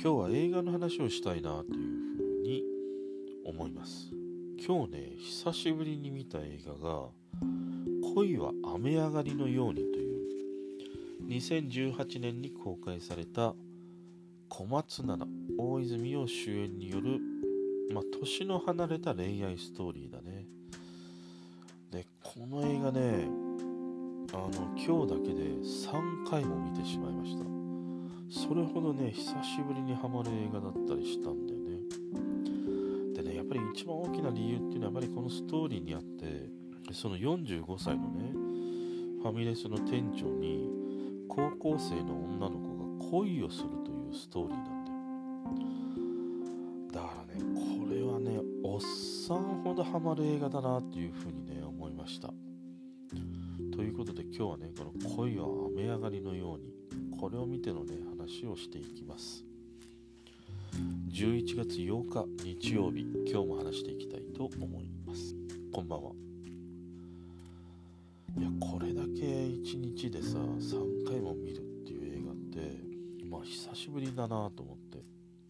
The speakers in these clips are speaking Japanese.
今日は映画の話をしたいなというふうに思います。今日ね、久しぶりに見た映画が恋は雨上がりのようにという2018年に公開された小松菜奈、大泉洋主演による、年の離れた恋愛ストーリーだね。で、この映画ね、今日だけで3回も見てしまいました。それほどね、久しぶりにハマる映画だったりしたんだよね。でね、やっぱり一番大きな理由っていうのはやっぱりこのストーリーにあって、その45歳のね、ファミレスの店長に高校生の女の子が恋をするというストーリーなんだよ。だからね、これはね、おっさんほどハマる映画だなっていうふうにね、思いました。ということで今日はね、この恋は雨上がりのように、これを見てのね、話をしていきます。11月8日日曜日、今日も話していきたいと思います。こんばんは。いや、これだけ一日でさ、3回も見るっていう映画って、久しぶりだなと思って。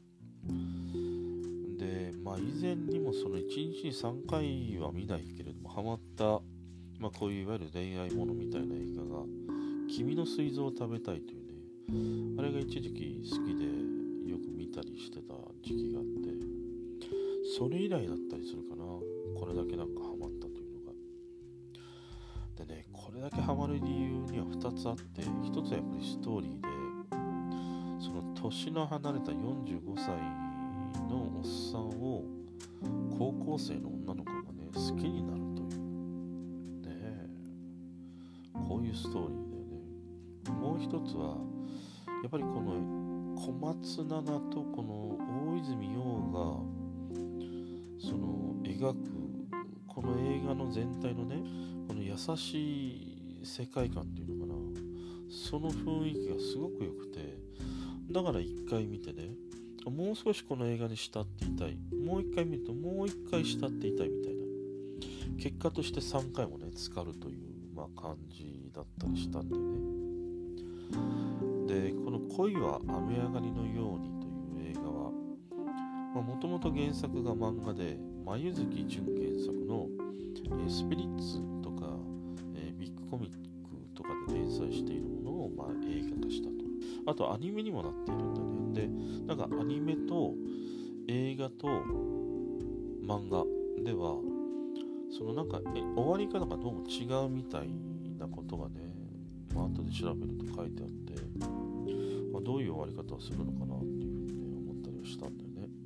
で、以前にもその1日に3回は見ないけれども、ハマった、こういういわゆる恋愛ものみたいな映画が、君の膵臓を食べたいというね、あれが一時期好きでよく見たりしてた時期があって、それ以来だったりするかな、これだけなんかハマったというのが。でね、これだけハマる理由には2つあって、1つはやっぱりストーリーで、その年の離れた45歳のおっさんを高校生の女の子がね、好きになるというね、こういうストーリーだよね。もう一つはやっぱりこの小松菜奈とこの大泉洋がその描くこの映画の全体のね、この優しい世界観っていうのかな、その雰囲気がすごく良くて、だから一回見てね、もう少しこの映画に慕っていたい、もう一回見るともう一回慕っていたいみたいな、結果として3回もね浸かるという感じだったりしたんだよね。で、この恋は雨上がりのようにという映画は、もともと原作が漫画で、眉月純原作の、スピリッツとか、ビッグコミックとかで連載しているものを映画化したと。あとアニメにもなっているんだね。で、なんかアニメと映画と漫画では、そのなんか終わり方がどうも違うみたいなことがね、後で調べると書いてあって、どういう終わり方をするのかなっていうふうにね、思ったりはしたんだよね。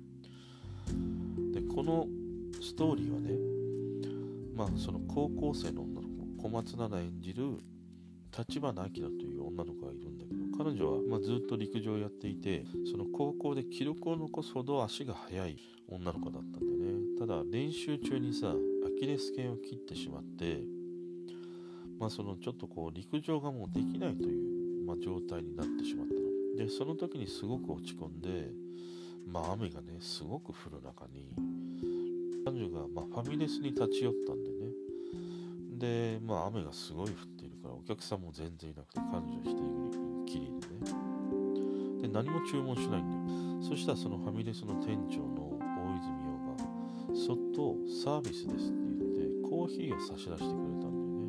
で、このストーリーはね、その高校生の女の子、小松菜奈演じる立花明という女の子がいるんだけど、彼女はずっと陸上をやっていて、その高校で記録を残すほど足が速い女の子だったんだよね。ただ練習中にさ、アキレス腱を切ってしまって、そのちょっと陸上がもうできないという、状態になってしまったので、その時にすごく落ち込んで、雨がねすごく降る中に彼女がファミレスに立ち寄ったんでね。で、雨がすごい降っているからお客さんも全然いなくて、彼女一人きりでね、で何も注文しないんだよ。そしたらそのファミレスの店長の大泉洋がそっとサービスですって言ってコーヒーを差し出してくれたんだよね。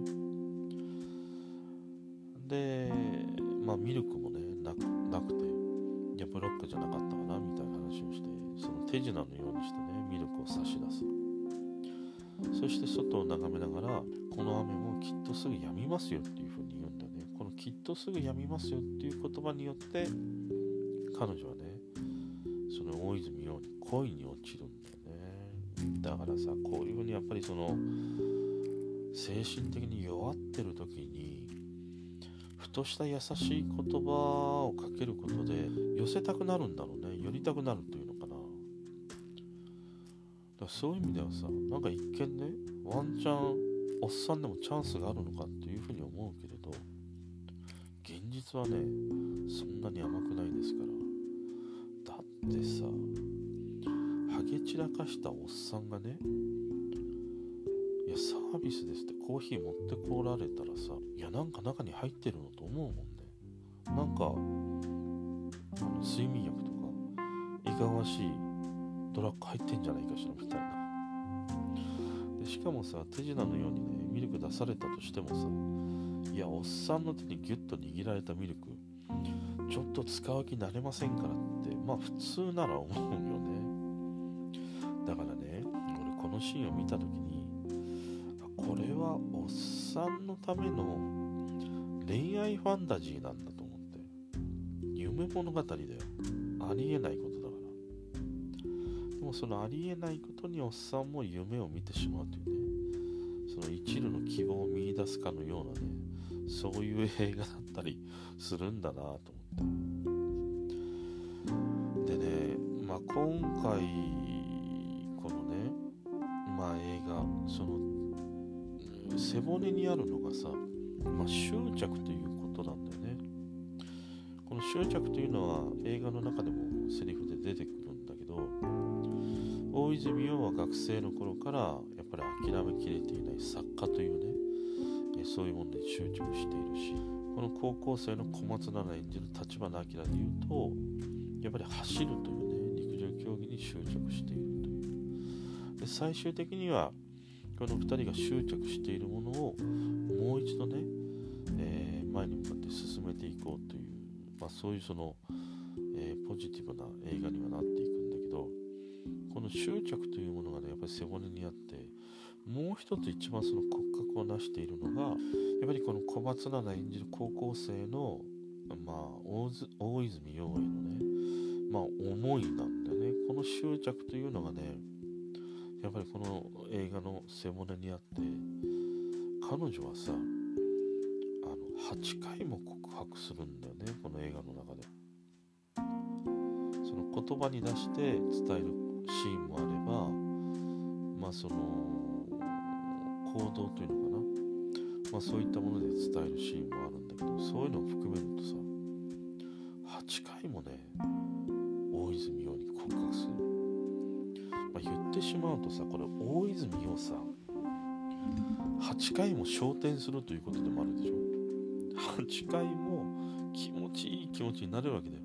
で、ミルクもねなくて、いやブロックじゃなかったかなみたいな話をして、その手品のようにしてねミルクを差し出す。そして外を眺めながら、この雨もきっとすぐ止みますよっていうふうに言うんだよね。このきっとすぐ止みますよっていう言葉によって彼女はね、その大泉洋に恋に落ちるんだよね。だからさ、こういうふうにやっぱりその精神的に弱ってる時にふとした優しい言葉をかけることで寄せたくなるんだろうね。寄りたくなるというのかな。だからそういう意味ではさ、なんか一見ね、ワンチャンおっさんでもチャンスがあるのかっていうふうに思うけれど、現実はねそんなに甘くないですから。だってさ、ハゲ散らかしたおっさんがね、いやサービスですってコーヒー持ってこられたらさ、いやなんか中に入ってるのと思うもんね。なんか睡眠薬とかがわしいドラッグ入ってんじゃないかしらみたいな。でしかもさ、手品のようにねミルク出されたとしてもさ、いやおっさんの手にギュッと握られたミルクちょっと使う気になれませんからって、まあ普通なら思うよね。だからね、俺このシーンを見た時に、これはおっさんのための恋愛ファンタジーなんだと思って。夢物語だよ。ありえないことだから。でもそのありえないことにおっさんも夢を見てしまうというね、その一縷の希望を見出すかのようなね、そういう映画だったりするんだなと思って。でね、まあ今回このね、まあ映画、その背骨にあるのがさ、まあ、執着ということなんだよね。この執着というのは映画の中でもセリフで出てくるんだけど、大泉洋は学生の頃からやっぱり諦めきれていない作家というね、そういうものに執着しているし、この高校生の小松菜奈演じる橘明で言うと、やっぱり走るというね、陸上競技に執着しているという。で最終的にはこの2人が執着しているものをもう一度ね、前に向かって進めていこうという、まあ、そういうその、ポジティブな映画にはなっていくんだけど、この執着というものがねやっぱり背骨にあって、もう一つ一番その骨格を成しているのがやっぱりこの小松菜奈演じる高校生の、まあ、大泉洋へのね、まあ、思いなんだよね。この執着というのがねやっぱりこの映画の背骨にあって、彼女はさ8回も告白するんだよね、この映画の中で。その言葉に出して伝えるシーンもあれば、まあその行動というのかな、まあそういったもので伝えるシーンもあるんだけど、そういうのを含めるとさ、8回もね大泉洋に告白する。まあ、言ってしまうとさ、これ大泉洋さ8回も昇天するということでもあるでしょ。8回も気持ちいい気持ちになるわけだよ。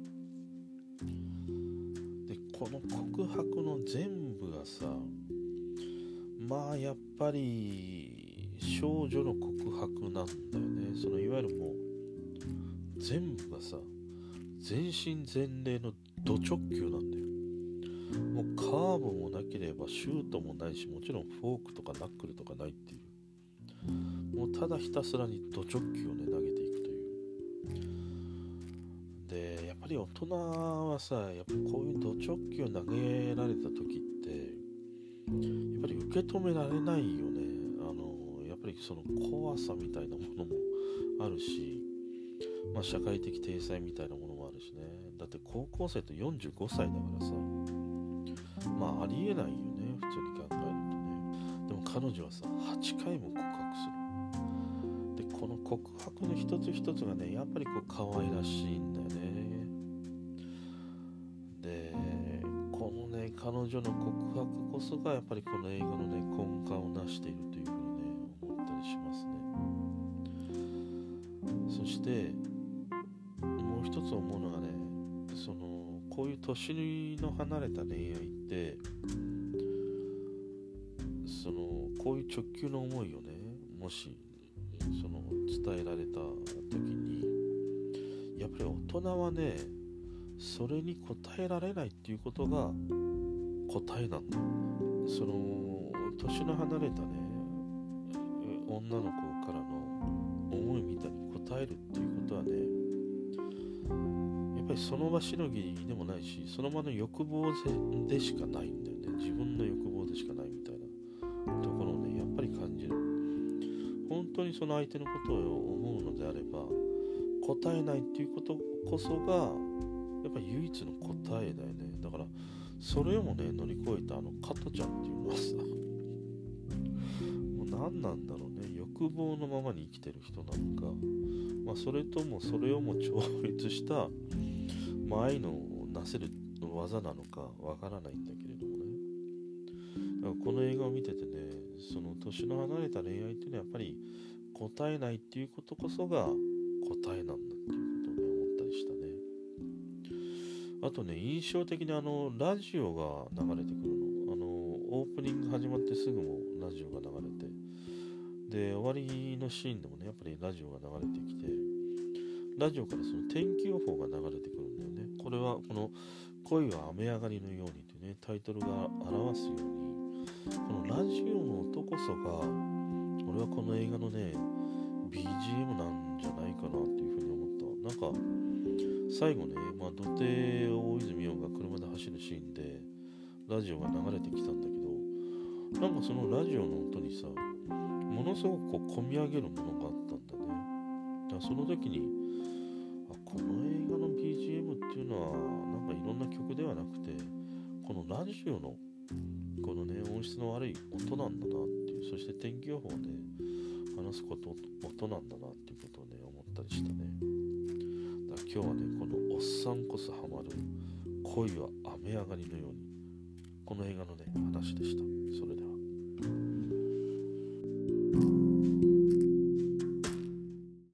でこの告白の全部がさ、まあやっぱり少女の告白なんだよね。そのいわゆるもう全部がさ全身全霊のド直球なんだよ。もうカーブもなければシュートもないし、もちろんフォークとかナックルとかないっていう、もうただひたすらにド直球をね投げていくという。でやっぱり大人はさ、やっぱりこういうド直球を投げられた時ってやっぱり受け止められないよね。やっぱりその怖さみたいなものもあるし、まあ、社会的体裁みたいなものもあるしね。だって高校生と45歳だからさ、まあありえないよね、普通に考えるとね。でも彼女はさ8回も告白する。でこの告白の一つ一つがねやっぱりこう可愛らしいんだよね。でこのね彼女の告白こそがやっぱりこの映画のね根幹を成しているというふうにね思ったりしますね。そしてもう一つ思うのがね、そのこういう年の離れた恋愛ってそのこういう直球の思いをねもしその伝えられた時に、やっぱり大人はねそれに応えられないっていうことが答えなんだよ。その年の離れたね女の子からの思いみたいに応えるっていうことはね、やっぱりその場しのぎでもないし、その場の欲望でしかないんだよね。自分の欲望でしかないみたいなところをねやっぱり感じる。本当にその相手のことを思うのであれば答えないっていうことこそがやっぱり唯一の答えだよね。だからそれをもね乗り越えた加トちゃんっていうのはさもう何なんだろうね、欲望のままに生きてる人なのか、まあ、それともそれをも超越した、まあ、愛のなせる技なのかわからないんだけれどもね。だからこの映画を見ててね、その年の離れた恋愛っていうのはやっぱり答えないっていうことこそが答えなんだっていうことをね思ったりしたね。 あとね、印象的にラジオが流れてくるの。オープニング始まってすぐもラジオが流れて、で、終わりのシーンでもね、やっぱりラジオが流れてきて、ラジオからその天気予報が流れてくるんだよね。これはこの恋は雨上がりのようにというね、タイトルが表すように、このラジオの音こそが、俺はこの映画のね、BGM なんじゃないかなっていうふうに思った。なんか、最後ね、土手を大泉洋が車で走るシーンで、ラジオが流れてきたんだけど、なんかそのラジオの音にさ、ものすごくこみ上げるものがあったんだね。だからその時に、この映画の BGM っていうのは、なんかいろんな曲ではなくて、このラジオのこのね、音質の悪い音なんだなっていう、そして天気予報で話す音なんだなっていうことをね、思ったりしたね。だから今日はね、このおっさんこそハマる恋は雨上がりのように、この映画のね、話でした。それでは。